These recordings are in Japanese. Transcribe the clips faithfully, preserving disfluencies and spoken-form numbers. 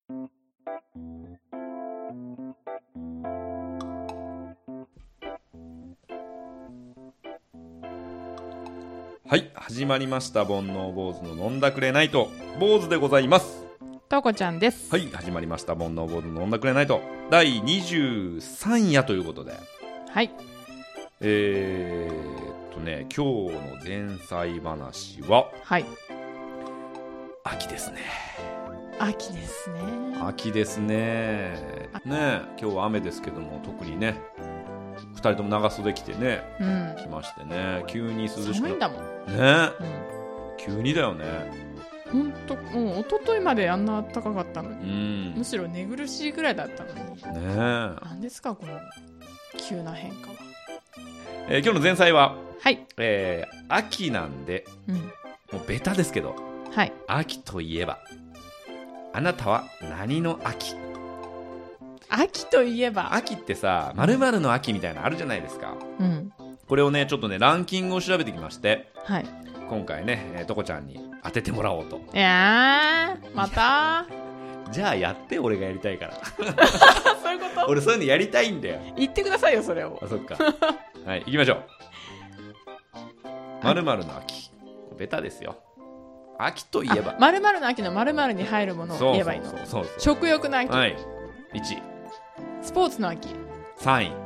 はい、始まりました。煩悩坊主の飲んだくれナイト、坊主でございます。 とうこちゃんです。 はい、始まりました。煩悩坊主の飲んだくれナイトだいにじゅうさん夜ということで、 はい、 えーっとね今日の前菜話は、 はい、 秋ですね。 秋ですね。 秋ですね。ね、今日は雨ですけども、特にねふたりとも長袖着てね、うん、来ましてね、急に涼しくな寒いんだもんね、うん、急にだよね。 ほんと、もう一昨日まであんな暖かかったのに、 うん、 むしろ寝苦しいぐらいだったのにね。 なんですかこの急な変化は。 えー、今日の前菜は、 はい、 えー、秋なんで、うん、もうベタですけど、はい、秋といえばあなたは何の秋？ 秋といえば、 秋ってさ、〇〇の秋みたいなのあるじゃないですか、うん、これをねちょっとねランキングを調べてきまして、はい、今回ね、えー、とこちゃんに当ててもらおうと。 いやーまたじゃあやって、俺がやりたいからそういうこと？ 俺そういうのやりたいんだよ。 言ってくださいよそれを。 あ、そっかはい、行きましょう。〇〇の秋、ベタですよ。秋といえば 〇〇の秋の〇〇に入るものを言えばいいの。 そうそうそうそう。 食欲の秋、はい、 いちい、 スポーツの秋、 さんい、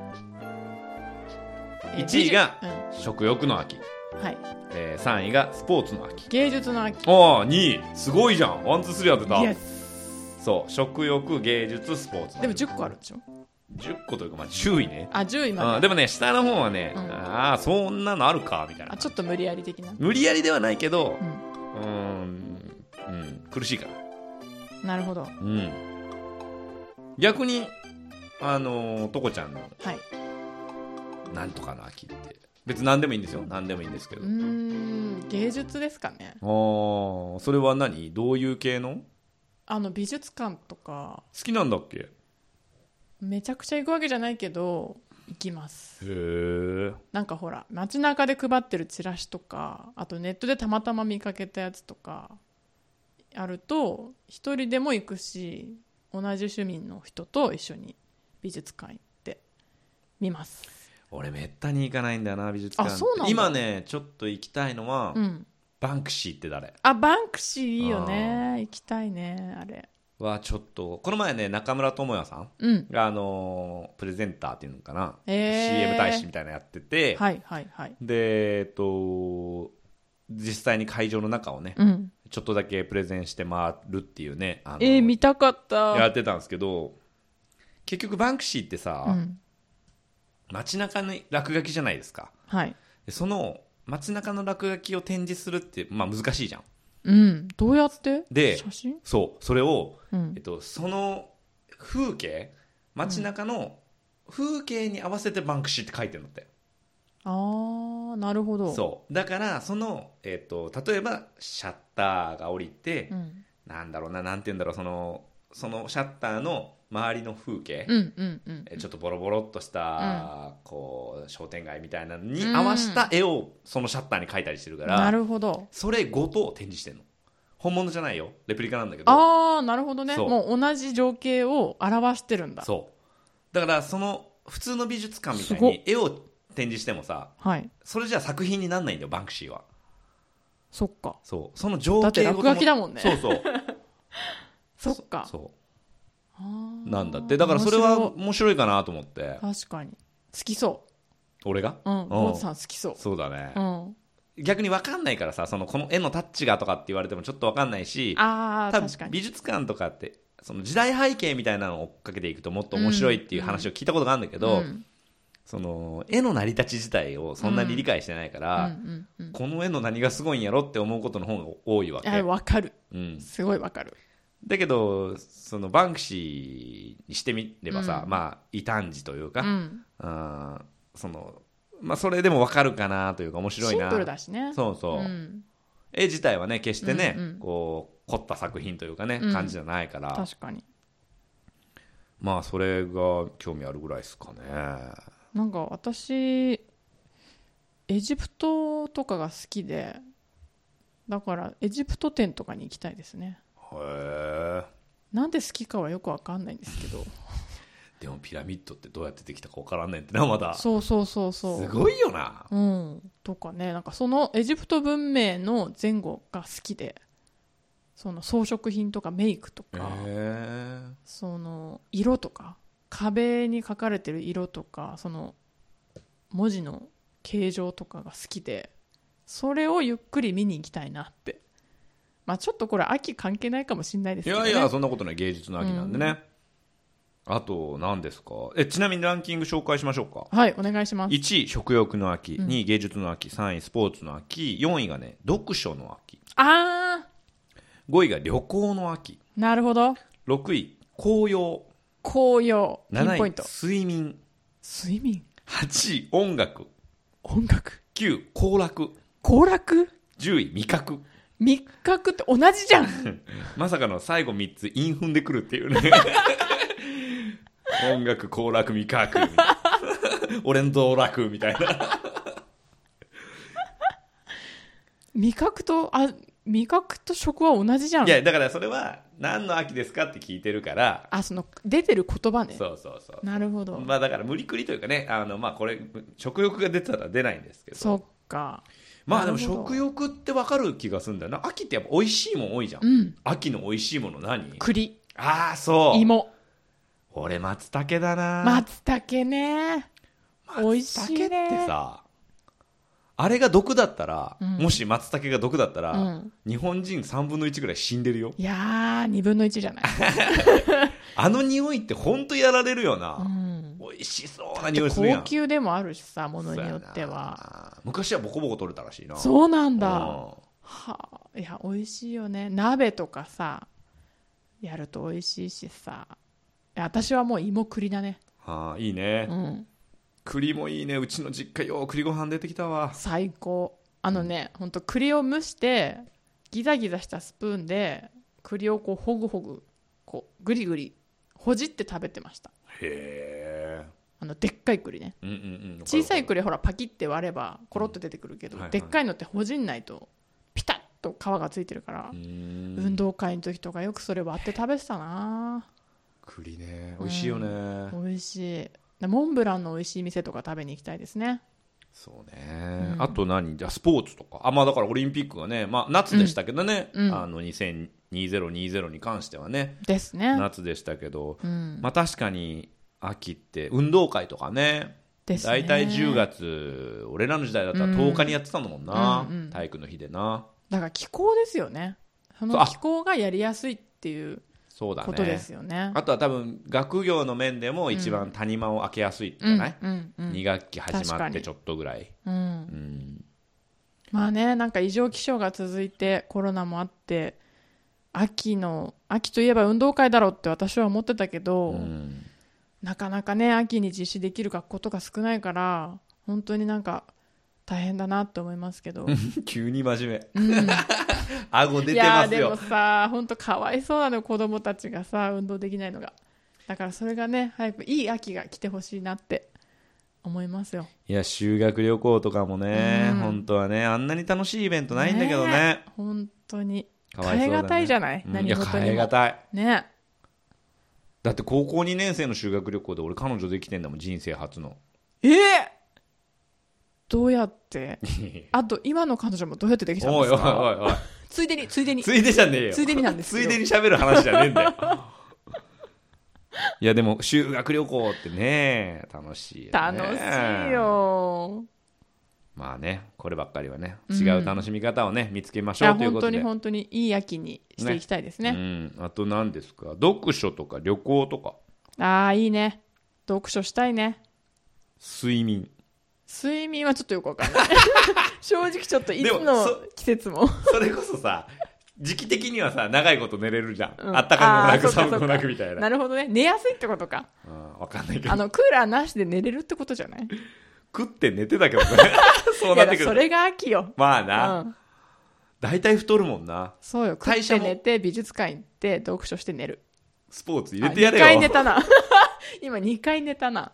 いちいが食欲の秋、うん、はい、えー、さんいがスポーツの秋、 芸術の秋。 ああ、にい、すごいじゃん。ワンツースリー当てた。イエス。そう、食欲、芸術、スポーツ。 でもじゅっこあるでしょ。 じゅっこというか、まあ、じゅういね。 あ、じゅういまで、 うん、でもね下の方はね、うん、ああそんなのあるかみたいな。 あ、ちょっと無理やり的な。 無理やりではないけど、うん、うーん、うん、苦しいから。 なるほど、 うん、逆にあのー、とこちゃんの、はい、なんとかの秋って別に何でもいいんですよ。何でもいいんですけど、うーん、芸術ですかね。 ああ、それは何、どういう系の？ あの美術館とか好きなんだっけ？ めちゃくちゃ行くわけじゃないけど行きます。 へー。 なんかほら街中で配ってるチラシとか、あとネットでたまたま見かけたやつとかあると一人でも行くし、同じ趣味の人と一緒に美術館行って見ます。 俺めったに行かないんだよな、美術館。 あ、そうなんだ。 今ねちょっと行きたいのは、うん、バンクシーって誰？ あ、バンクシーいいよね。行きたいね。あれはちょっとこの前ね、中村智也さん、うん、があのー、プレゼンターっていうのかな、えー、シーエム 大使みたいなのやってて、 はいはいはい、 で、えっと、実際に会場の中をね、うん、ちょっとだけプレゼンして回るっていうね、あのえー、見たかった。 やってたんですけど、結局バンクシーってさ、うん、街中の落書きじゃないですか、はい、でその街中の落書きを展示するって、まあ、難しいじゃん。 うん、どうやってで写真？ そうそれを、うんえっと、その風景、街中の風景に合わせてバンクシーって書いてるんだって。 あー、なるほど。 そうだからその、えっと、例えばシャッターが降りて、うん、なんだろうな、なんて言うんだろう、そのそのシャッターの周りの風景、うんうんうんうん、ちょっとボロボロっとした、うん、こう商店街みたいなのに合わせた絵をそのシャッターに描いたりしてるから、 なるほど、 それごと展示してるの。本物じゃないよ、レプリカなんだけど。 ああ、なるほどね。もう同じ情景を表してるんだ。 そうだからその普通の美術館みたいに絵を展示してもさ、はい、それじゃ作品にならないんだよ、バンクシーは。 そっか。 そう、その情景だって落書きだもんね。 そうそうそっか。 そうなんだって。だからそれは面白いかなと思って。 確かに好きそう。 俺が、 うん、ボートさん好きそう。 そうだね、うん、逆に分かんないからさ、そのこの絵のタッチがとかって言われてもちょっと分かんないし、 あ、 多分美術館とかってその時代背景みたいなのを追っかけていくともっと面白いっていう話を聞いたことがあるんだけど、うんうん、その絵の成り立ち自体をそんなに理解してないから、うんうんうんうん、この絵の何がすごいんやろって思うことの方が多いわけ。 分かる、うん、すごい分かる。 だけどそのバンクシーにしてみればさ、うん、まあ異端児というか、うん、あそのまあ、それでも分かるかなというか面白いな。 シンプルだしね。 そうそう、うん、絵自体はね決してね、うんうん、こう凝った作品というかね、うん、感じじゃないから。 確かに。 まあそれが興味あるぐらいですかね。 なんか私エジプトとかが好きで、だからエジプト展とかに行きたいですね。 へえ。 なんで好きかはよくわかんないんですけどでもピラミッドってどうやってできたかわからんねんってな、まだ。 そうそうそうそう。 すごいよな。 うん。とかね、なんかそのエジプト文明の前後が好きで、その装飾品とかメイクとか、その色とか、壁に描かれてる色とか、その文字の形状とかが好きで、それをゆっくり見に行きたいなって。まあちょっとこれ秋関係ないかもしれないですけどね。 いやいや、そんなことない。芸術の秋なんでね。うん、あと何ですか。え、ちなみにランキング紹介しましょうか。 はい、お願いします。 いちい食欲の秋、 うん、 にい芸術の秋、さんいスポーツの秋、よんいがね読書の秋、 あーごいが旅行の秋、 なるほど。 ろくい紅葉、 紅葉ピンポイント。 なない睡眠、 睡眠、 はちい音楽、 音楽、 きゅう行楽、 行楽、 じゅうい味覚。 味覚って同じじゃんまさかの最後みっつ韻踏んでくるっていうね音楽、行楽、味覚みたいな俺の道楽みたいな味覚とあ味覚と食は同じじゃん。 いやだからそれは何の秋ですかって聞いてるから、 あ、その出てる言葉ね。 そうそうそう、 なるほど。 まあだから無理くりというかね、あのまあこれ食欲が出たら出ないんですけど、 そっか。 まあでも食欲って分かる気がするんだよな。秋ってやっぱ美味しいもん多いじゃん、 うん、 秋の美味しいもの何？ 栗。 ああそう、 芋。 俺松茸だな。 松茸ね、美味しいね。 松茸ってさ、あれが毒だったら、 うん、 もし松茸が毒だったら、うん、日本人さんぶんのいちぐらい死んでるよ。 いやーにぶんのいちじゃないあの匂いってほんとやられるよな、うん、美味しそうな匂いするやん。 高級でもあるしさ、ものによっては。 昔はボコボコ取れたらしいな。 そうなんだ、うん、はあ、いや美味しいよね。鍋とかさやると美味しいしさ。私はもう芋栗だね。 はあ、いいね、うん、栗もいいね。うちの実家よう栗ご飯出てきたわ。 最高。あのね、ほんと栗を蒸してギザギザしたスプーンで栗をこうほぐほぐこうグリグリほじって食べてました。 へえ。 あのでっかい栗ね、うんうんうん、小さい栗ほらパキって割ればコロッと出てくるけど、うん、はいはい、でっかいのってほじんないとピタッと皮がついてるから、運動会の時とかよくそれ割って食べてたな。 栗ね、美味しいよね、 うん、美味しい。モンブランの美味しい店とか食べに行きたいですね。 そうね、うん、あと何じゃスポーツとか、あ、まあだからオリンピックがね、まあ、夏でしたけどね、うん、あのにせんにじゅうにじゅうに関してはね、 ですね、 夏でしたけど、うん、まあ確かに秋って運動会とかね、だいたいじゅうがつ、俺らの時代だったらとおかにやってたんだもんな、うんうんうん、体育の日でな。 だから気候ですよね。その気候がやりやすいっていうことですよね。 あ, あとは多分学業の面でも一番谷間を開けやすいじゃない、うんうんうんうん、に学期始まってちょっとぐらい、うんうん、 まあね、なんか異常気象が続いてコロナもあって秋の秋といえば運動会だろうって私は思ってたけど、うん、なかなかね秋に実施できる学校とか少ないから本当になんか大変だなって思いますけど急に真面目、うん、顎出てますよ。 いやでもさ本当かわいそうなの、子供たちがさ運動できないのが。だからそれがね早くいい秋が来てほしいなって思いますよ。 いや修学旅行とかもね、うん、本当はねあんなに楽しいイベントないんだけどね。ね本当に変えがたいじゃない、うん、何事にも。 いや変えがたいね。 だって高校にねん生の修学旅行で俺彼女できてんだもん、人生初の。 えー、どうやってあと今の彼女もどうやってできたんですか。おいおいおいおいついでについでについでじゃねえよ。 ついでになんですけどついでに喋る話じゃねえんだよいやでも修学旅行ってね楽しいよね。 楽しいよ。 まあねこればっかりはね違う楽しみ方をね、うん、見つけましょうということで、 本当に本当にいい秋にしていきたいですね。 ね、うん、あと何ですか、読書とか旅行とか。 ああいいね、読書したいね。 睡眠睡眠はちょっとよくわかんない正直ちょっといつの季節もそ, それこそさ時期的にはさ長いこと寝れるじゃん、うん、あったかくもなく寒くもなくみたいな。 なるほどね、寝やすいってことか。 あ分かんないけど、 あのクーラーなしで寝れるってことじゃない。 食って寝てたけどねそうなってくる。 いやそれが秋よ。 まあな、うん、だいたい太るもんな。 そうよ、食って寝て美術館行って読書して寝る。 スポーツ入れてやれよ。 にかい寝たな今にかい寝たな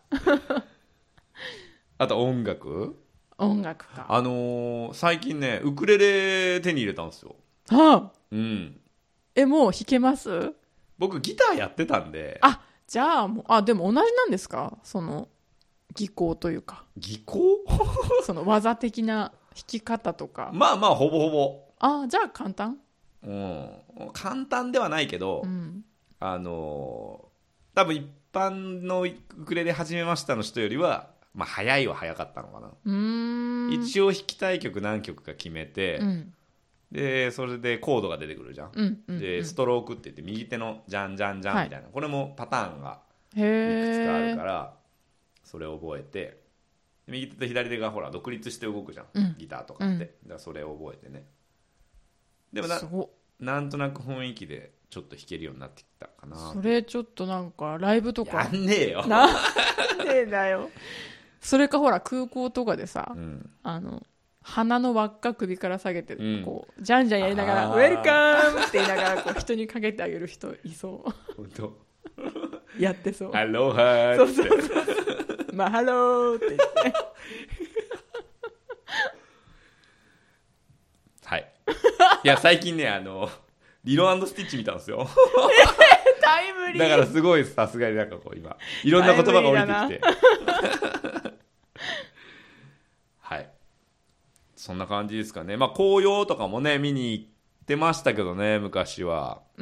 あと音楽音楽か。 あのー、最近ねウクレレ手に入れたんですよ。 はあ、 うん、 えもう弾けます？ 僕ギターやってたんで。 あ、じゃあもう、あ、でも同じなんですか、その技巧というか。 技巧その技的な弾き方とか。 まあまあほぼほぼ。 あ、じゃあ簡単。 うん、簡単ではないけど、うん、あの多分一般のウクレレ始めましたの人よりは、まあ、早いは早かったのかな。 うーん、 一応弾きたい曲何曲か決めて、 うん、 でそれでコードが出てくるじゃん、 うんうんうん、 でストロークって言って右手のジャンジャンジャンみたいな、はい、これもパターンがいくつかあるからそれを覚えて、右手と左手がほら独立して動くじゃん、うん、ギターとかって、うん、だからそれを覚えてね。でも な, なんとなく雰囲気でちょっと弾けるようになってきたかな。 それちょっとなんかライブとかやんねえよ。 なんでだよ。それかほら空港とかでさ、うん、あの鼻の輪っか首から下げて、うん、こうじゃんじゃんやりながらウェルカムって言いながらこう人にかけてあげる人いそう。 本当やってそう。 ハローハーって。 そうそうそうまあハローって言ってはい。いや最近ね、あのリロ&スティッチ見たんですよ。 タイムリー。 だからすごい、さすがになんかこう今いろんな言葉が降りてきてはい、そんな感じですかね。まあ紅葉とかもね見に行ってましたけどね、昔は。 うん、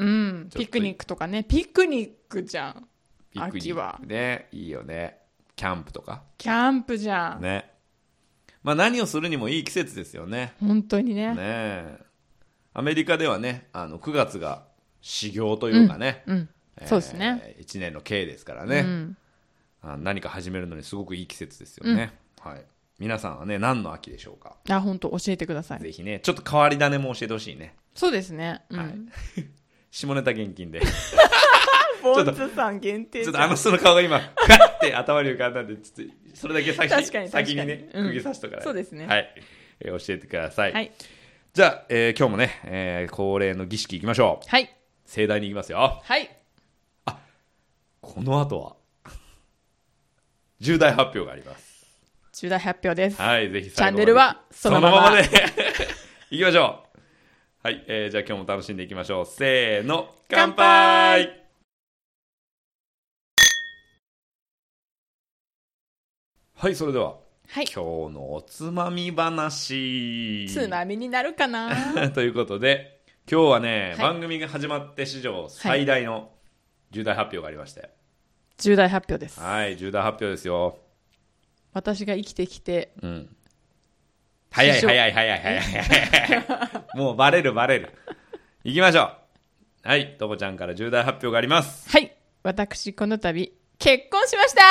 ピクニックとかね。ピクニックじゃん。 ピクニック秋はね、いいよね。キャンプとか。 キャンプじゃんね。まあ何をするにもいい季節ですよね。 本当にね。 ね、アメリカではね、あのくがつが始業というかね、 うんうん、えー、そうですね。 いちねんの計ですからね、うん、あ何か始めるのにすごくいい季節ですよね、うん、はい。皆さんはね何の秋でしょうか。 あ、本当教えてください。 ぜひね、ちょっと変わり種も教えてほしいね。 そうですね、うん、はい下ネタ厳禁でボンズさん限定。 ちょっとあの人の顔が今ガッて頭に浮かんだんで、ちょっとそれだけ先確かに先にね釘刺しとか、ね、 そうですね、 はい、えー、教えてください、 はい。 じゃあ、えー、今日もね、えー、恒例の儀式いきましょう。 はい。 盛大にいきますよ。 はい。 あ、この後は重大発表があります。 重大発表です。 はい、ぜひチャンネルはそのまま、 そのままでいきましょう。はい、えー、じゃあ今日も楽しんでいきましょう。せーの、乾杯。はい、それでは、はい、今日のおつまみ話。 つまみになるかなということで、今日はね、はい、番組が始まって史上最大の重大発表がありまして、はい、 重大発表です。 はい、重大発表ですよ。 私が生きてきて、 うん、早い早い早い早い早いもうバレるバレる。いきましょう。はい、とこちゃんから重大発表があります。 はい、私この度結婚しました。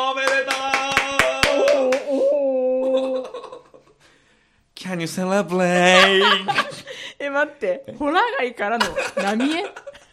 おめでとう。Can you celebrate? え、待って、ホラガイからの浪江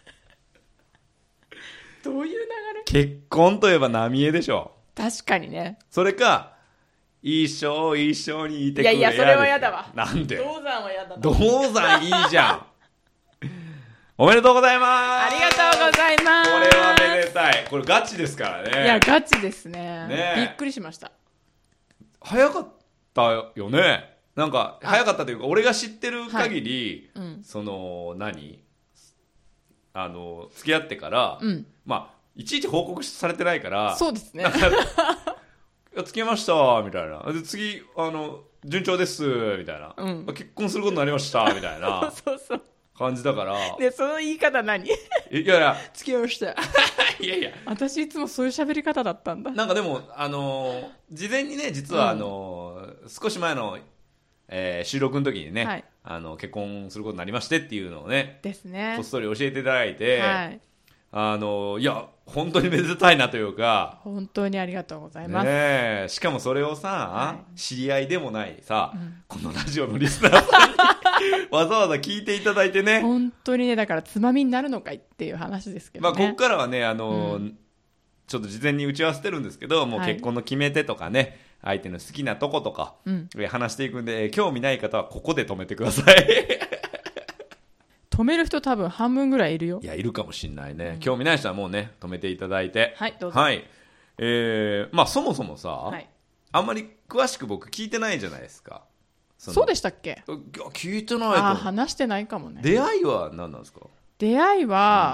どういう流れ。 結婚といえば浪江でしょ。 確かにね。 それか一生一緒にいてくれ。 いやいや、それは嫌だわ。 なんで。 銅山は嫌だ。 銅山いいじゃんおめでとうございます。 ありがとうございます。 これはめでたい。これガチですからね。 いやガチですね。 ね、 びっくりしました。 早かったよね。なんか早かったというか、俺が知ってる限り、はい、うん、その何あの付き合ってから、うん、まあいちいち報告されてないから。 そうですね。 付き合いましたみたいな。で次あの順調ですみたいな、うん、結婚することになりましたみたいなそうそう感じだから。 でその言い方何。いやいや付き合いましたいやいや、 私いつもそういう喋り方だったんだ。 なんかでもあの事前にね、実はあの、うん、少し前の、えー、収録の時にね、はい、あの結婚することになりましてっていうのをね、 ですね、 こっそり教えていただいて、 はい、 あのいや本当にめでたいなというか、 本当にありがとうございます、 ね、しかもそれをさ、はい、知り合いでもないさ、うん、このラジオのリスナーさんにわざわざ聞いていただいてね、 本当にね、だからつまみになるのかいっていう話ですけどね。 まあ、ここからはね、あの、うん、ちょっと事前に打ち合わせてるんですけど、もう結婚の決め手とかね、はい、相手の好きなとことか、うん、話していくんで、興味ない方はここで止めてください止める人多分半分ぐらいいるよ。 いや、いるかもしれないね、うん、興味ない人はもうね止めていただいて、 はい、どうぞ。 はい、えー、まあそもそもさ、はい、あんまり詳しく僕聞いてないじゃないですか。 そ, そうでしたっけ。 聞いてないと。 あ、話してないかもね。 出会いは何なんですか。 出会いは、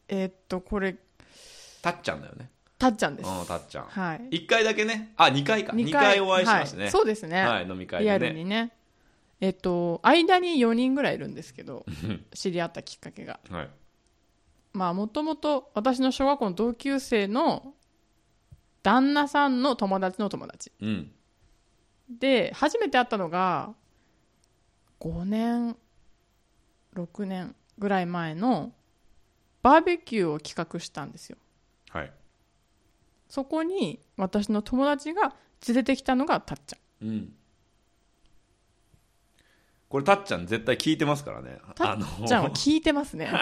えー、っとこれたっちゃんだよね。 たっちゃんです。 うん、たっちゃん。 はい。 いっかいだけね。あ、にかいか。にかいお会いしましたね。 はい、そうですね。 はい、飲み会でね。 リアルにね。えっと、間によにんぐらいいるんですけど、知り合ったきっかけが。はい。まあ、もともと私の小学校の同級生の旦那さんの友達の友達。うん。で、初めて会ったのが、ごねん、ろくねんぐらい前のバーベキューを企画したんですよ。はい。そこに私の友達が連れてきたのがたっちゃん、うん、 これたっちゃん絶対聞いてますからね。 たっちゃんは聞いてますね。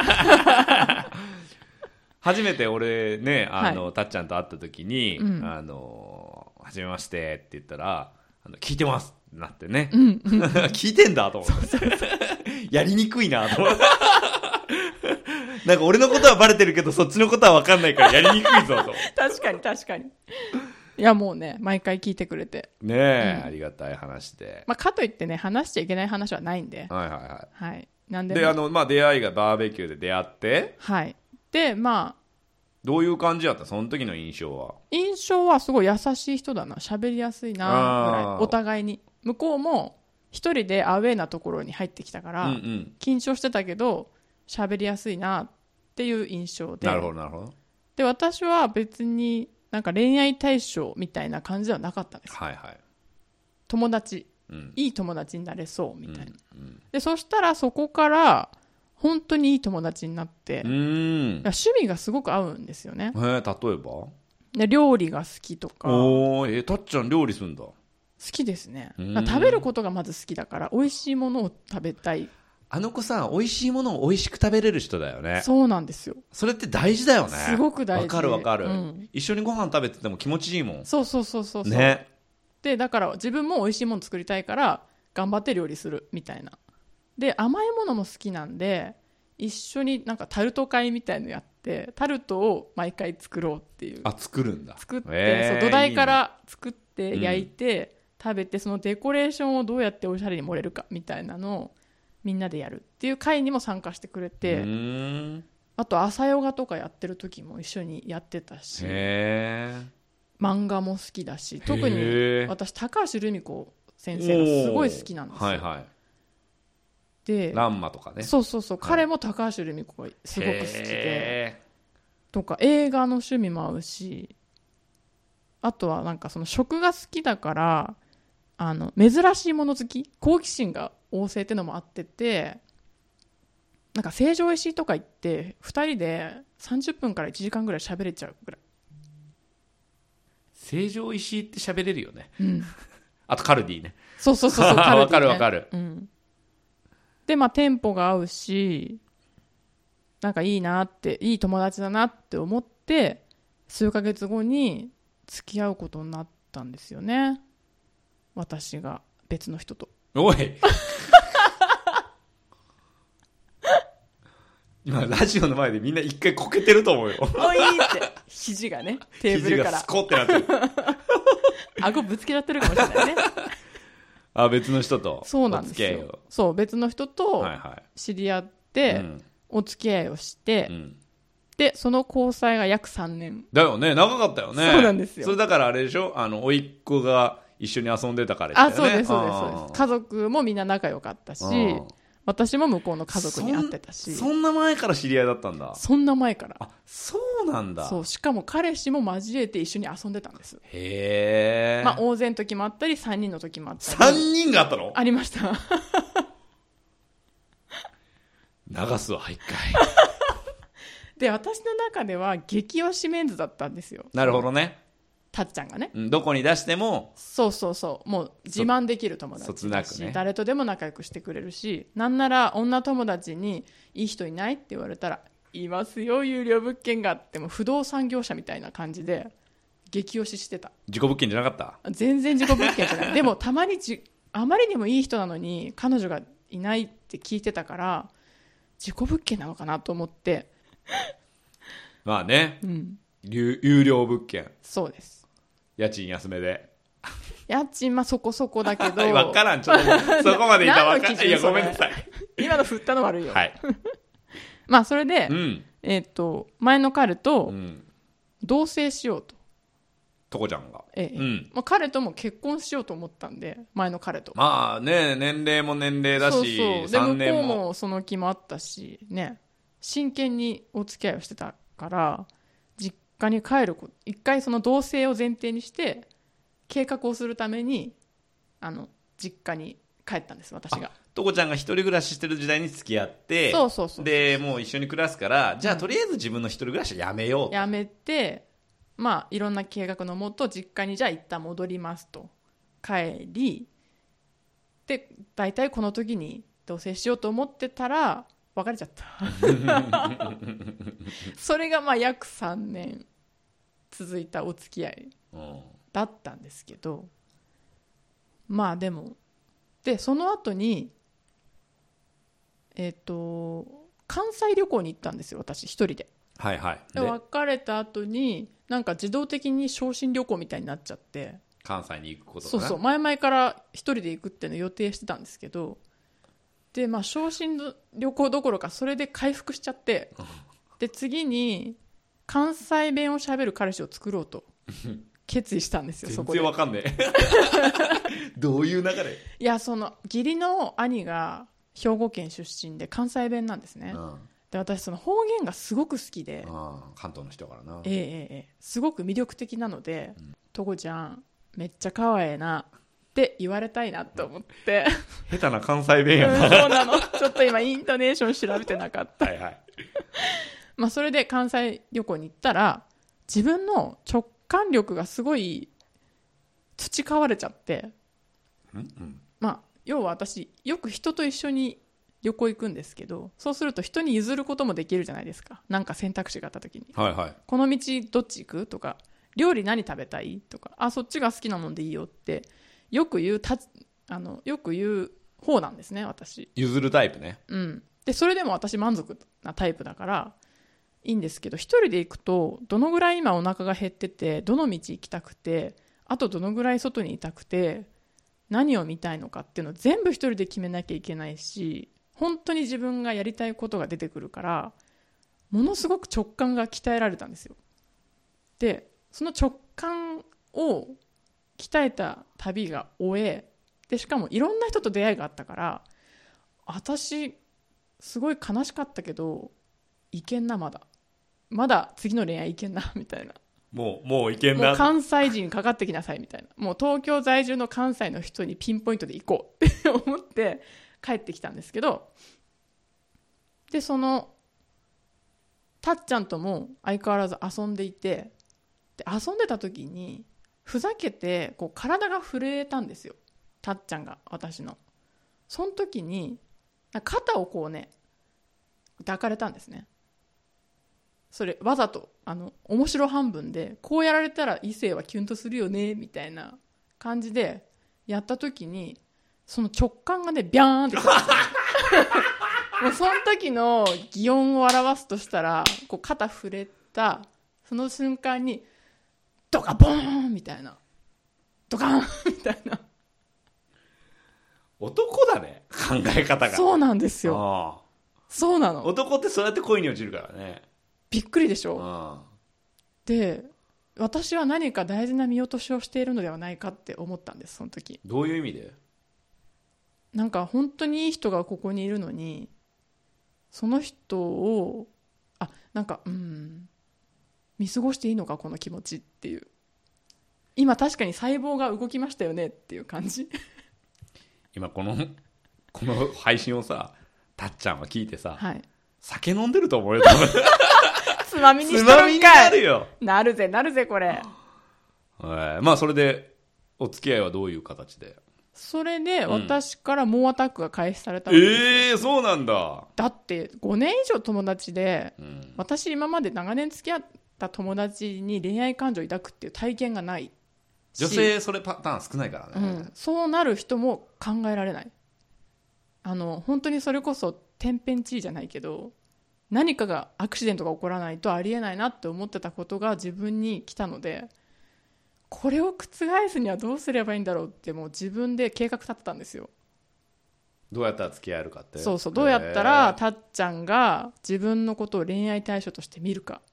初めて俺ねあの、はい、たっちゃんと会った時に、うん、あの初めましてって言ったらあの聞いてますってなってね、うんうん、聞いてんだと思ってそうそうそうやりにくいなと思ってなんか俺のことはバレてるけどそっちのことは分かんないからやりにくいぞと確かに確かに。いやもうね毎回聞いてくれてねえ、うん、ありがたい話で、 まあ、かといってね話しちゃいけない話はないんで、 はいはいはい、 はい、なんでもであの、まあ、出会いがバーベキューで出会って、 はいでまあどういう感じだったその時の印象は。 印象はすごい優しい人だな、喋りやすいなぐらい、お互いに。向こうも一人でアウェーなところに入ってきたから、うんうん、緊張してたけど喋りやすいなっていう印象で。 なるほどなるほど。 で私は別になんか恋愛対象みたいな感じではなかったんです、はいはい、友達、うん、いい友達になれそうみたいな、うんうん、でそしたらそこから本当にいい友達になって、うーん趣味がすごく合うんですよね。 へえ、例えばで料理が好きとか。 おー、えたっちゃん料理するんだ。 好きですね。食べることがまず好きだから美味しいものを食べたい。 あの子さ美味しいものを美味しく食べれる人だよね。 そうなんですよ。 それって大事だよね。 すごく大事。 わかるわかる、うん、一緒にご飯食べてても気持ちいいもん。 そうそうそうそうそう、 ね、 でだから自分も美味しいもの作りたいから頑張って料理するみたいな。で甘いものも好きなんで一緒になんかタルト会みたいのやってタルトを毎回作ろうっていう。 あ作るんだ。 作って、えー、そう土台から作って焼いて、うん、食べてそのデコレーションをどうやっておしゃれに盛れるかみたいなのをみんなでやるっていう会にも参加してくれて、うーんあと朝ヨガとかやってる時も一緒にやってたし、へ漫画も好きだし、特に私高橋留美子先生がすごい好きなんですよ。はいはい、でランマとかね。 そうそうそう、はい、彼も高橋留美子がすごく好きでとか映画の趣味も合うし、あとはなんかその食が好きだからあの珍しいもの好き、好奇心が旺盛ってのもあってて、なんか成城石井とか行ってふたりでさんじゅっぷんからいちじかんぐらい喋れちゃうぐらい。 成城石井って喋れるよね、うん、あとカルディね。 そうそうそうそうカルディ、ね、 わかるわかる、 うん、でまあテンポが合うしなんかいいなって、いい友達だなって思って数ヶ月後に付き合うことになったんですよね、私が別の人と。 おい今ラジオの前でみんな一回こけてると思うよ。 おいって肘がねテーブルから肘がスコってなってる顎ぶつけちゃってるかもしれないね。 あ別の人とそうなんですよ。そう別の人と知り合ってお付き合いをして、うん、でその交際が約さんねんだよね。長かったよね。 そうなんですよ。 それだからあれでしょ、あの甥っ子が一緒に遊んでたからですよね。 あそうですそうですそうです。家族もみんな仲良かったし私も向こうの家族に会ってたし。 そ, そんな前から知り合いだったんだ。 そんな前から。 あそうなんだ。 そうしかも彼氏も交えて一緒に遊んでたんです。 へえ、 まあ、大勢の時もあったりさんにんの時もあったり。 さんにんがあったの？ ありました流すわ一回で私の中では激推しメンズだったんですよ。 なるほどね。 たっちゃんがね、 うん、どこに出してもそうそうそうもう自慢できる友達だし、ね、誰とでも仲良くしてくれるし、なんなら女友達にいい人いないって言われたらいますよ有料物件があって、も不動産業者みたいな感じで激推ししてた。 自己物件じゃなかった？ 全然自己物件じゃないでもたまにじあまりにもいい人なのに彼女がいないって聞いてたから自己物件なのかなと思ってまあね、うん、有料物件。 そうです。 家賃安めで。 家賃まあそこそこだけど分からんちょっとそこまでいたら分からん。いやごめんなさい今の振ったの悪いよ、 はいまあそれで、 うん、 えー、と前の彼とうん、 同棲しようと、 とこちゃんが、 ええうん、 まあ、彼とも結婚しようと思ったんで、前の彼と。 まあね、年齢も年齢だし、 そうそうでさんねんも向こうもその気もあったしね、真剣にお付き合いをしてたから、実家に帰ること、一回その同棲を前提にして計画をするためにあの実家に帰ったんです、私が。 とこちゃんが一人暮らししてる時代に付き合って、 そうそうそう、 でもう一緒に暮らすから、じゃあとりあえず自分の一人暮らしはやめようと、 やめて、まあいろんな計画のもと実家にじゃあ一旦戻りますと、帰りで大体この時に同棲しようと思ってたら別れちゃったそれがまあ約さんねん続いたお付き合いだったんですけど、まあでもでその後にえっと関西旅行に行ったんですよ、私一人で。 はいはい。 で別れた後になんか自動的に昇進旅行みたいになっちゃって、 関西に行くことかな。 そうそう、前々から一人で行くっていうのを予定してたんですけど、でまあ昇進旅行どころかそれで回復しちゃって、で次に関西弁を喋る彼氏を作ろうと決意したんですよ。そこで全然わかんねえどういう流れ。 いや、その義理の兄が兵庫県出身で関西弁なんですね、うん、で私その方言がすごく好きで、 あ関東の人からな、 えーえー、すごく魅力的なので、うん、とこちゃんめっちゃ可愛いなって言われたいなと思って、 うん、下手な関西弁やな、 うん、そうなの。ちょっと今イントネーション調べてなかったはい、はいまあ、それで関西旅行に行ったら自分の直感力がすごい培われちゃって、 うんうんまあ、要は私よく人と一緒に旅行行くんですけど、そうすると人に譲ることもできるじゃないですか。なんか選択肢があった時に、 はいはい、 この道どっち行くとか、料理何食べたいとか、あそっちが好きなもんでいいよってよく言うたあのよく言う方なんですね、私。 譲るタイプね。 うん。でそれでも私満足なタイプだからいいんですけど、一人で行くとどのぐらい今お腹が減ってて、どの道行きたくて、あとどのぐらい外にいたくて、何を見たいのかっていうのを全部一人で決めなきゃいけないし、本当に自分がやりたいことが出てくるから、ものすごく直感が鍛えられたんですよ。でその直感を鍛えた旅が終え、でしかもいろんな人と出会いがあったから、私すごい悲しかったけどいけんな、まだまだ次の恋愛いけんなみたいな、 もうもういけんな、 もう関西人かかってきなさいみたいな、もう東京在住の関西の人にピンポイントで行こうって思って帰ってきたんですけど、でそのたっちゃんとも相変わらず遊んでいて、で遊んでた時にふざけてこう体が震えたんですよ、たっちゃんが私の。その時に肩をこうね抱かれたんですね。それわざとあの面白半分で、こうやられたら異性はキュンとするよねみたいな感じでやった時に、その直感がねビャーンってきたんですよもうその時の擬音を表すとしたら、こう肩触れたその瞬間にドカボーンみたいな、ドカーンみたいな。 男だね、考え方が。 そうなんですよ。 ああ、 そうなの。 男ってそうやって恋に落ちるからね。 びっくりでしょ。 ああ、 で私は何か大事な見落としをしているのではないかって思ったんです、その時。 どういう意味で？ なんか本当にいい人がここにいるのに、その人をあなんかうん見過ごしていいのかこの気持ちっていう、今確かに細胞が動きましたよねっていう感じ今このこの配信をさ、たっちゃんは聞いてさ、 はい、 酒飲んでると思うよ多分つまみにしとるんつまみになるよ。 なるぜなるぜこれ、 えー、まあそれでお付き合いはどういう形で？ それで私から猛アタックが開始されたんですよ、 うん、えー、そうなんだ。 だってごねん以上友達で、 うん、 私今まで長年付き合った友達に恋愛感情を抱くっていう体験がないし、 女性それパターン少ないからね、 うん、そうなる人も考えられない。あの本当にそれこそ天変地異じゃないけど、何かがアクシデントが起こらないとありえないなって思ってたことが自分に来たので、これを覆すにはどうすればいいんだろうって、もう自分で計画立てたんですよ。 どうやったら付き合えるかって。 そうそう、どうやったらたっちゃんが自分のことを恋愛対象として見るか。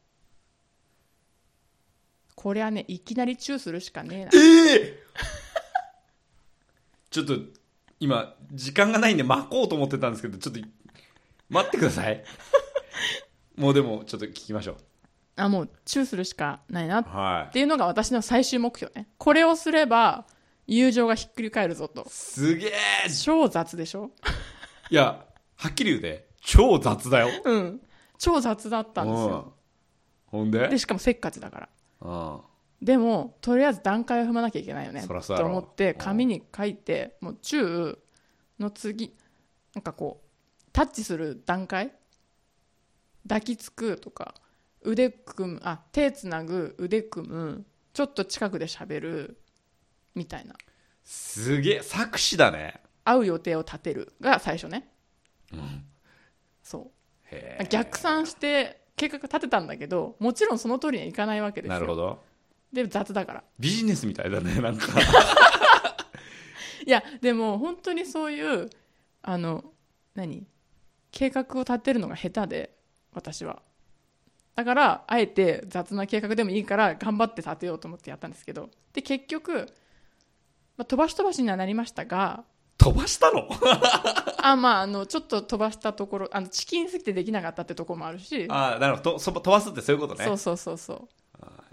これはね、いきなりチューするしかねえな。 ええー、ちょっと今時間がないんで巻こうと思ってたんですけど、ちょっと待ってください。もうでもちょっと聞きましょう。 あ、もうチューするしかないなっていうのが私の最終目標ね。これをすれば友情がひっくり返るぞと。 すげえ。 超雑でしょ。 いや、はっきり言うて超雑だよ。 うん、超雑だったんですよ。 ほんででしかもせっかちだから。 うん、 でもとりあえず段階を踏まなきゃいけないよねそらそうやろと思って紙に書いて、もうチューの次なんかこうタッチする段階、抱きつくとか腕組む、あ、手つなぐ、腕組む、ちょっと近くで喋るみたいな。 すげえ作詞だね。 会う予定を立てるが最初ね、 うん、 そうへえ。 逆算して計画立てたんだけど、もちろんその通りにはいかないわけですよ。 なるほど。 で雑だからビジネスみたいだねなんか。 いやでも本当にそういうあの何計画を立てるのが下手で、私はだからあえて雑な計画でもいいから頑張って立てようと思ってやったんですけど、で結局、まあ、飛ばし飛ばしにはなりましたが。 飛ばしたの？ あ、まあ、あのちょっと飛ばしたところ、あのチキンすぎてできなかったってところもあるし。 あ、なるほど、そ飛ばすってそういうことね。 そうそうそうそう。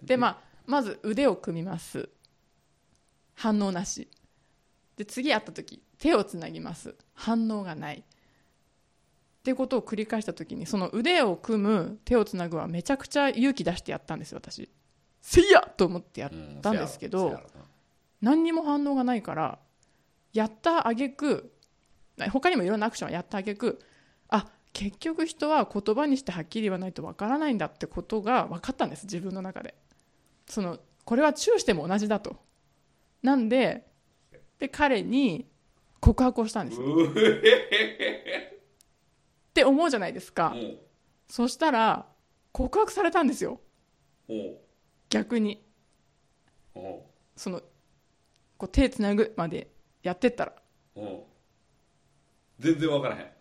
で、まあ、まず腕を組みます、反応なしで、次会った時手をつなぎます、反応がないっていうことを繰り返した時に、その腕を組む手をつなぐはめちゃくちゃ勇気出してやったんですよ私。せいやと思ってやったんですけど、うん、何にも反応がないから、やった挙句、他にもいろんなアクションをやった挙句、あ、結局人は言葉にしてはっきり言わないとわからないんだってことが分かったんです、自分の中で。そのこれはチューしても同じだと。なんで、で彼に告白をしたんですって思うじゃないですか。そしたら告白されたんですよ、逆に。そのこう手つなぐまでやってったら。 全然分からへん。い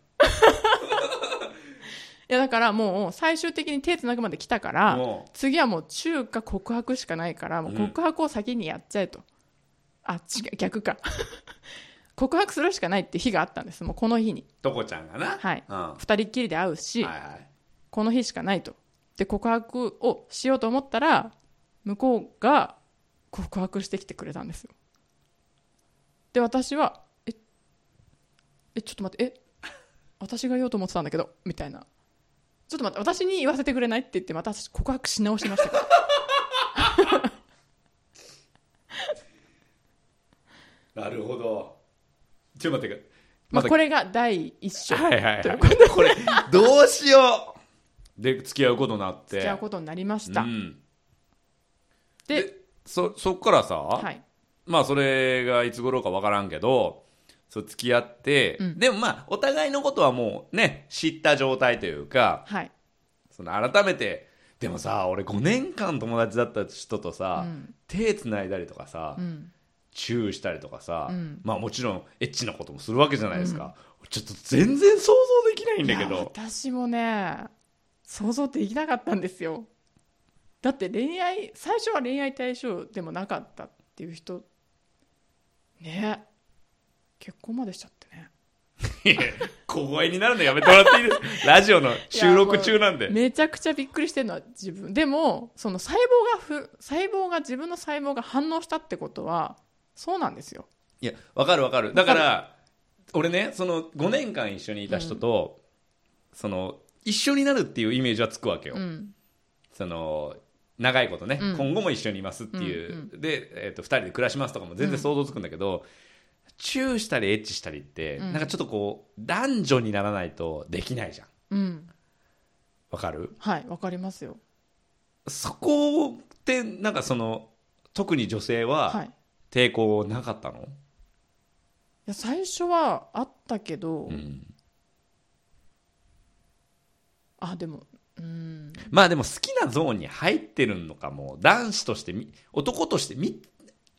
やだからもう最終的に手つなぐまで来たから、次はもうチューか告白しかないから、もう告白を先にやっちゃえと、うん、あ、違う、逆か。告白するしかないって日があったんです、もうこの日に。 とこちゃんがな、 はい、 うん、 ふたりっきりで会うし、 はいはい、 この日しかないと。で告白をしようと思ったら向こうが告白してきてくれたんですよ。で私はええちょっと待って、え私が言おうと思ってたんだけどみたいな、ちょっと待って、私に言わせてくれないって言ってまた告白し直しましたからなるほど。ちょっと待ってください、 まあ、これが第一章、 はいはいはい、これどうしようで付き合うことになって、 付き合うことになりました、うん、 で, で そ, そっからさ、はい、まあそれがいつ頃か分からんけど、そう付き合って、うん、でもまあお互いのことはもうね知った状態というか、はい、その改めて。でもさ、俺ごねんかん友達だった人とさ、うん、手つないだりとかさ、うん、チューしたりとかさ、うん、まあもちろんエッチなこともするわけじゃないですか、うん、ちょっと全然想像できないんだけど。 いや私もね想像できなかったんですよ。だって恋愛最初は恋愛対象でもなかったっていう人ね、結婚までしちゃってね。 小声になるのやめてもらっていいですか？ラジオの収録中なんで。 めちゃくちゃびっくりしてるのは自分でも、その細胞がふ細胞が自分の細胞が反応したってことはそうなんですよ。 いや分かる分かる。だから俺ね、そのごねんかん一緒にいた人と、うん、その一緒になるっていうイメージはつくわけよ、うん、その長いことね、うん、今後も一緒にいますっていう、うんうん、で、えーと、ふたりで暮らしますとかも全然想像つくんだけど、うん、チューしたりエッチしたりって、うん、なんかちょっとこう男女にならないとできないじゃん。うん、わかる？ はい、わかりますよ。 そこってなんかその特に女性は抵抗なかったの？はい、いや最初はあったけど、うん、あでもうーんまあでも好きなゾーンに入ってるのかも、男子として男として見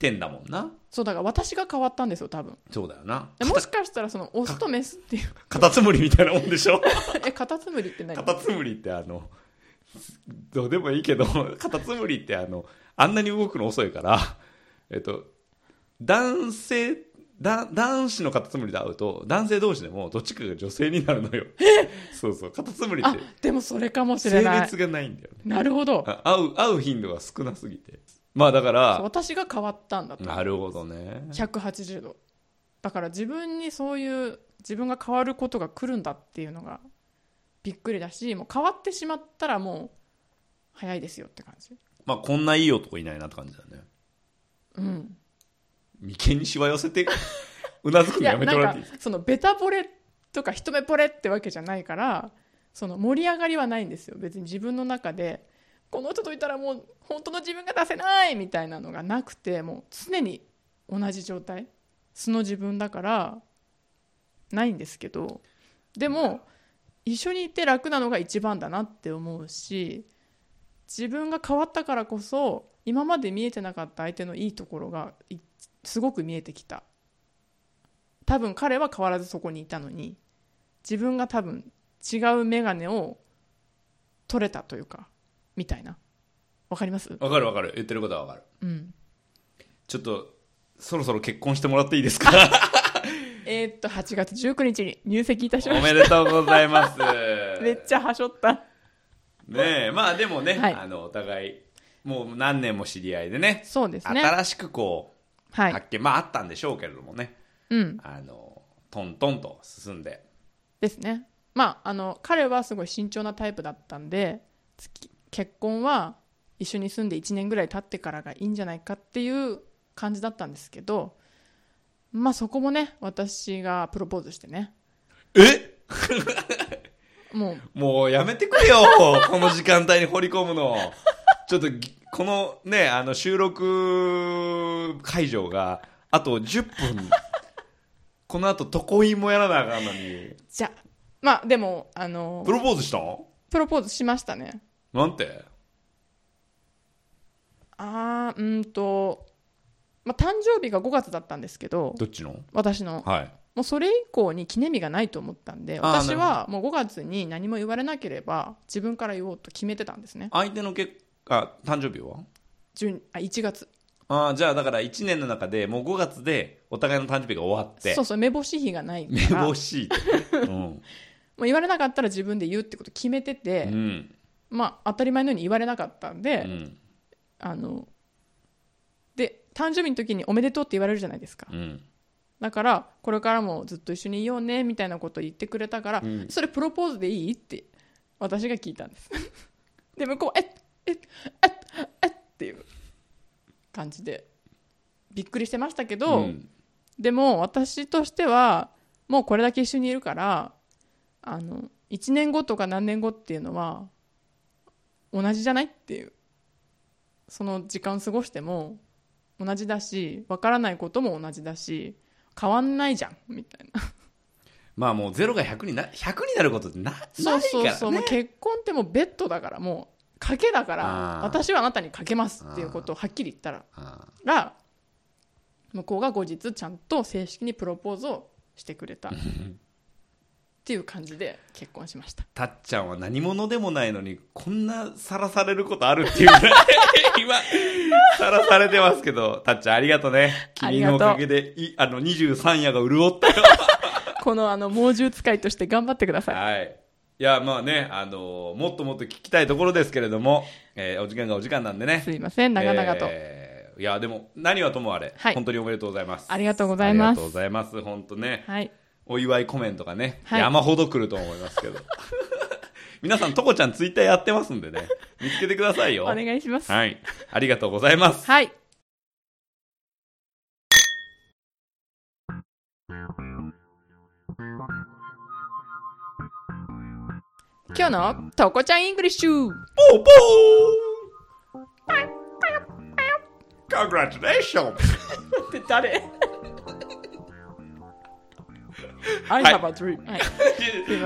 てんだもんな。 そうだから私が変わったんですよ多分。 そうだよな。 もしかしたらそのオスとメスっていうカタツムリみたいなもんでしょえカタツムリって何？ カタツムリってあのどうでもいいけどカタツムリってあのあんなに動くの遅いからえっと男性だ男子のカタツムリで会うと男性同士でもどっちかが女性になるのよ。そうそうカタツムリってでもそれかもしれない。 性別がないんだよね。 なるほど。 会う会う頻度が少なすぎてまあだから私が変わったんだと。 なるほどね。 ひゃくはちじゅうどだから自分にそういう自分が変わることが来るんだっていうのがびっくりだし、もう変わってしまったらもう早いですよって感じ。 まあこんないい男いないなって感じだね。 うん眉間にしわ寄せてうなずくのやめてもらっていいですか。 そのベタ惚れとか一目惚れってわけじゃないからその盛り上がりはないんですよ。別に自分の中でこの人といたらもう本当の自分が出せないみたいなのがなくて、もう常に同じ状態素の自分だからないんですけど、でも一緒にいて楽なのが一番だなって思うし、自分が変わったからこそ今まで見えてなかった相手のいいところがすごく見えてきた。多分彼は変わらずそこにいたのに自分が多分違う眼鏡を取れたというかみたいな。わかります？ わかるわかる。言ってることはわかる。 うん。 ちょっとそろそろ結婚してもらっていいですか？ えーっとはちがつじゅうくにちに入籍いたしました。 おめでとうございます。 めっちゃはしょった。 ねえ、まあでもね、 はい、 あのお互いもう何年も知り合いでね。 そうですね。 新しくこう、 はい、 発見まああったんでしょうけれどもね。 うん。 あのトントンと進んで。 ですね。まああの彼はすごい慎重なタイプだったんで、結婚は一緒に住んでいちねんぐらい経ってからがいいんじゃないかっていう感じだったんですけど、まあそこもね私がプロポーズしてね。 えもうもうやめてくれよこの時間帯に掘り込むの。ちょっとこのねあの収録会場があとじゅっぷんこの後床印もやらなあかんのに。 じゃまあでもあのプロポーズしたの？ プロポーズしましたね。 なんて？ あーうんと、まあ、誕生日がごがつだったんですけど。 どっちの？ 私の。 はい。 もうそれ以降に記念日がないと思ったんで、私はもうごがつに何も言われなければ自分から言おうと決めてたんですね。 相手の結果誕生日はあいちがつ。 あじゃあだからいちねんの中でもうごがつでお互いの誕生日が終わって。 そうそう、めぼしい日がないからめぼしいって、うん、もう言われなかったら自分で言うってこと決めてて、 うん、 まあ当たり前のように言われなかったんで、うん、あので誕生日の時におめでとうって言われるじゃないですか、うん、だからこれからもずっと一緒にいようねみたいなことを言ってくれたから、うん、それプロポーズでいいって私が聞いたんですで向こうはえっえっえっえっっていう感じでびっくりしてましたけど、うん、でも私としてはもうこれだけ一緒にいるからあのいちねんごとか何年後っていうのは同じじゃないっていう、その時間過ごしても同じだし分からないことも同じだし変わんないじゃんみたいなまあもうゼロがひゃくになひゃくになることって な, ないからね。 そうそうそう、もう結婚ってもうベッドだからもう賭けだから私はあなたに賭けますっていうことをはっきり言ったらが向こうが後日ちゃんと正式にプロポーズをしてくれたっていう感じで結婚しました。 たっちゃんは何者でもないのにこんなさらされることあるっていうぐらい今さらされてますけど、たっちゃんありがとうね。君のおかげでいあのにじゅうさん夜が潤ったよこのあの猛獣使いとして頑張ってください。 はい、いやまあね、あのー、もっともっと聞きたいところですけれども、えー、お時間がお時間なんでね、 すいません長々と、 えー、いやでも何はともあれ、はい、本当におめでとうございます。 ありがとうございます。 ありがとうございます本当ね、 はい、 お祝いコメントがね、はい、山ほど来ると思いますけど皆さんとこちゃんツイッターやってますんでね、見つけてくださいよ。 お願いします。 はい、ありがとうございます。 はい、今日のとこちゃんイングリッシュ。 ポーポーCongratulations って誰I have a dream、はい、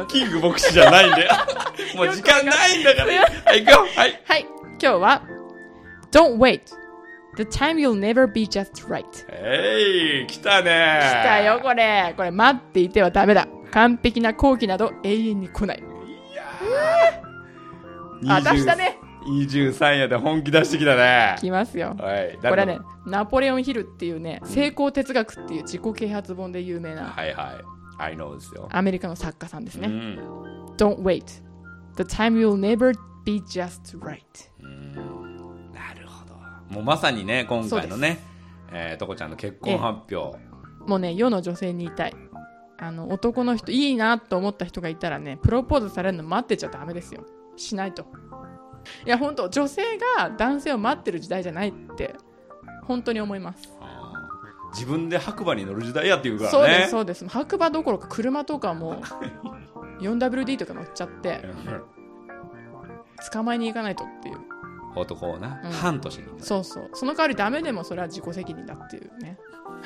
キング牧師じゃないんでもう時間ないんだからはい、行こう。はい、 はい、今日は Don't wait The time you'll never be just right. えい、来たね。 来たよこれ。これ待っていてはダメだ。完璧な好機など永遠に来ない。いやー。あ、出したね。 にじゅうさんやで本気出してきたね。 来ますよ。 はい。 これはね、ナポレオンヒルっていうね、成功哲学っていう自己啓発本で有名な。 はいはい。I know ですよ。 アメリカの作家さんですね。 うん、 Don't wait. The time you'll never be just right. うん、なるほど。もうまさにね、今回のね、えー、とこちゃんの結婚発表。 もうね、世の女性に言いたい。あの、男の人、いいなと思った人がいたらね、プロポーズされるの待ってちゃダメですよ。しないと。いや、本当女性が男性を待ってる時代じゃないって、本当に思います。 自分で白馬に乗る時代やっていうからね。 そうです、そうです。白馬どころか車とかも フォーダブリューディー とか乗っちゃって捕まえに行かないとっていう男をな、 うん、 ハントしに。 そうそう。その代わりダメでもそれは自己責任だっていうね。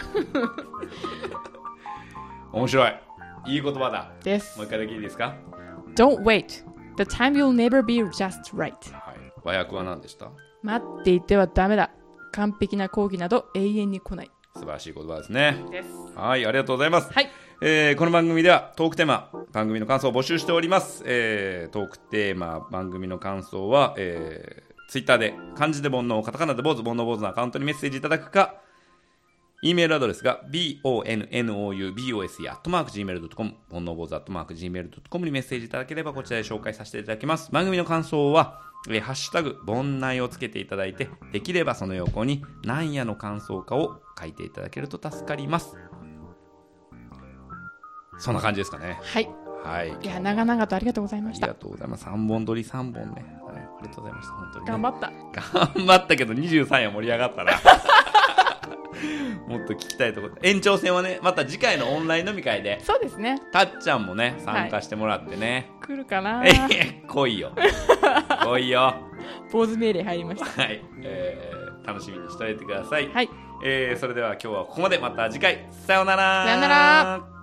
面白い。いい言葉だ。 です。 もう一回だけいいですか？ Don't wait. The time you'll never be just right. はい。和訳は何でした？ 待っていてはダメだ。完璧な講義など永遠に来ない。 素晴らしい言葉ですね。 です。 はい、ありがとうございます。 はい。 えー、この番組ではトークテーマ、番組の感想を募集しております。えー、トークテーマ、番組の感想は、えー、ツイッターで漢字で煩悩、カタカナで坊主、煩悩坊主のアカウントにメッセージいただくか、E メールアドレスが ボノボーズ アットマーク ジーメールドットコム 煩悩坊主 アットマーク ジーメールドットコム にメッセージいただければこちらで紹介させていただきます。番組の感想は、えー、ハッシュタグ煩悩をつけていただいて、できればその横に何やの感想かを書いていただけると助かります。そんな感じですかね。 はい。 はい。 いや、長々とありがとうございました。 ありがとうございます。さんぼん撮りさんぼんね。はい、ありがとうございました。本当に、ね。 頑張った。 頑張ったけどにじゅうさんや盛り上がったな。もっと聞きたいところ。延長戦はね、また次回のオンライン飲み会で。 そうですね。 たっちゃんもね、参加してもらってね。 はい、来るかな。 え来いよ。来いよ。 坊主命令入りました。 はい。えー、楽しみにしておいてください。 はい。 えー、それでは今日はここまで。また次回。さようなら。 さようなら。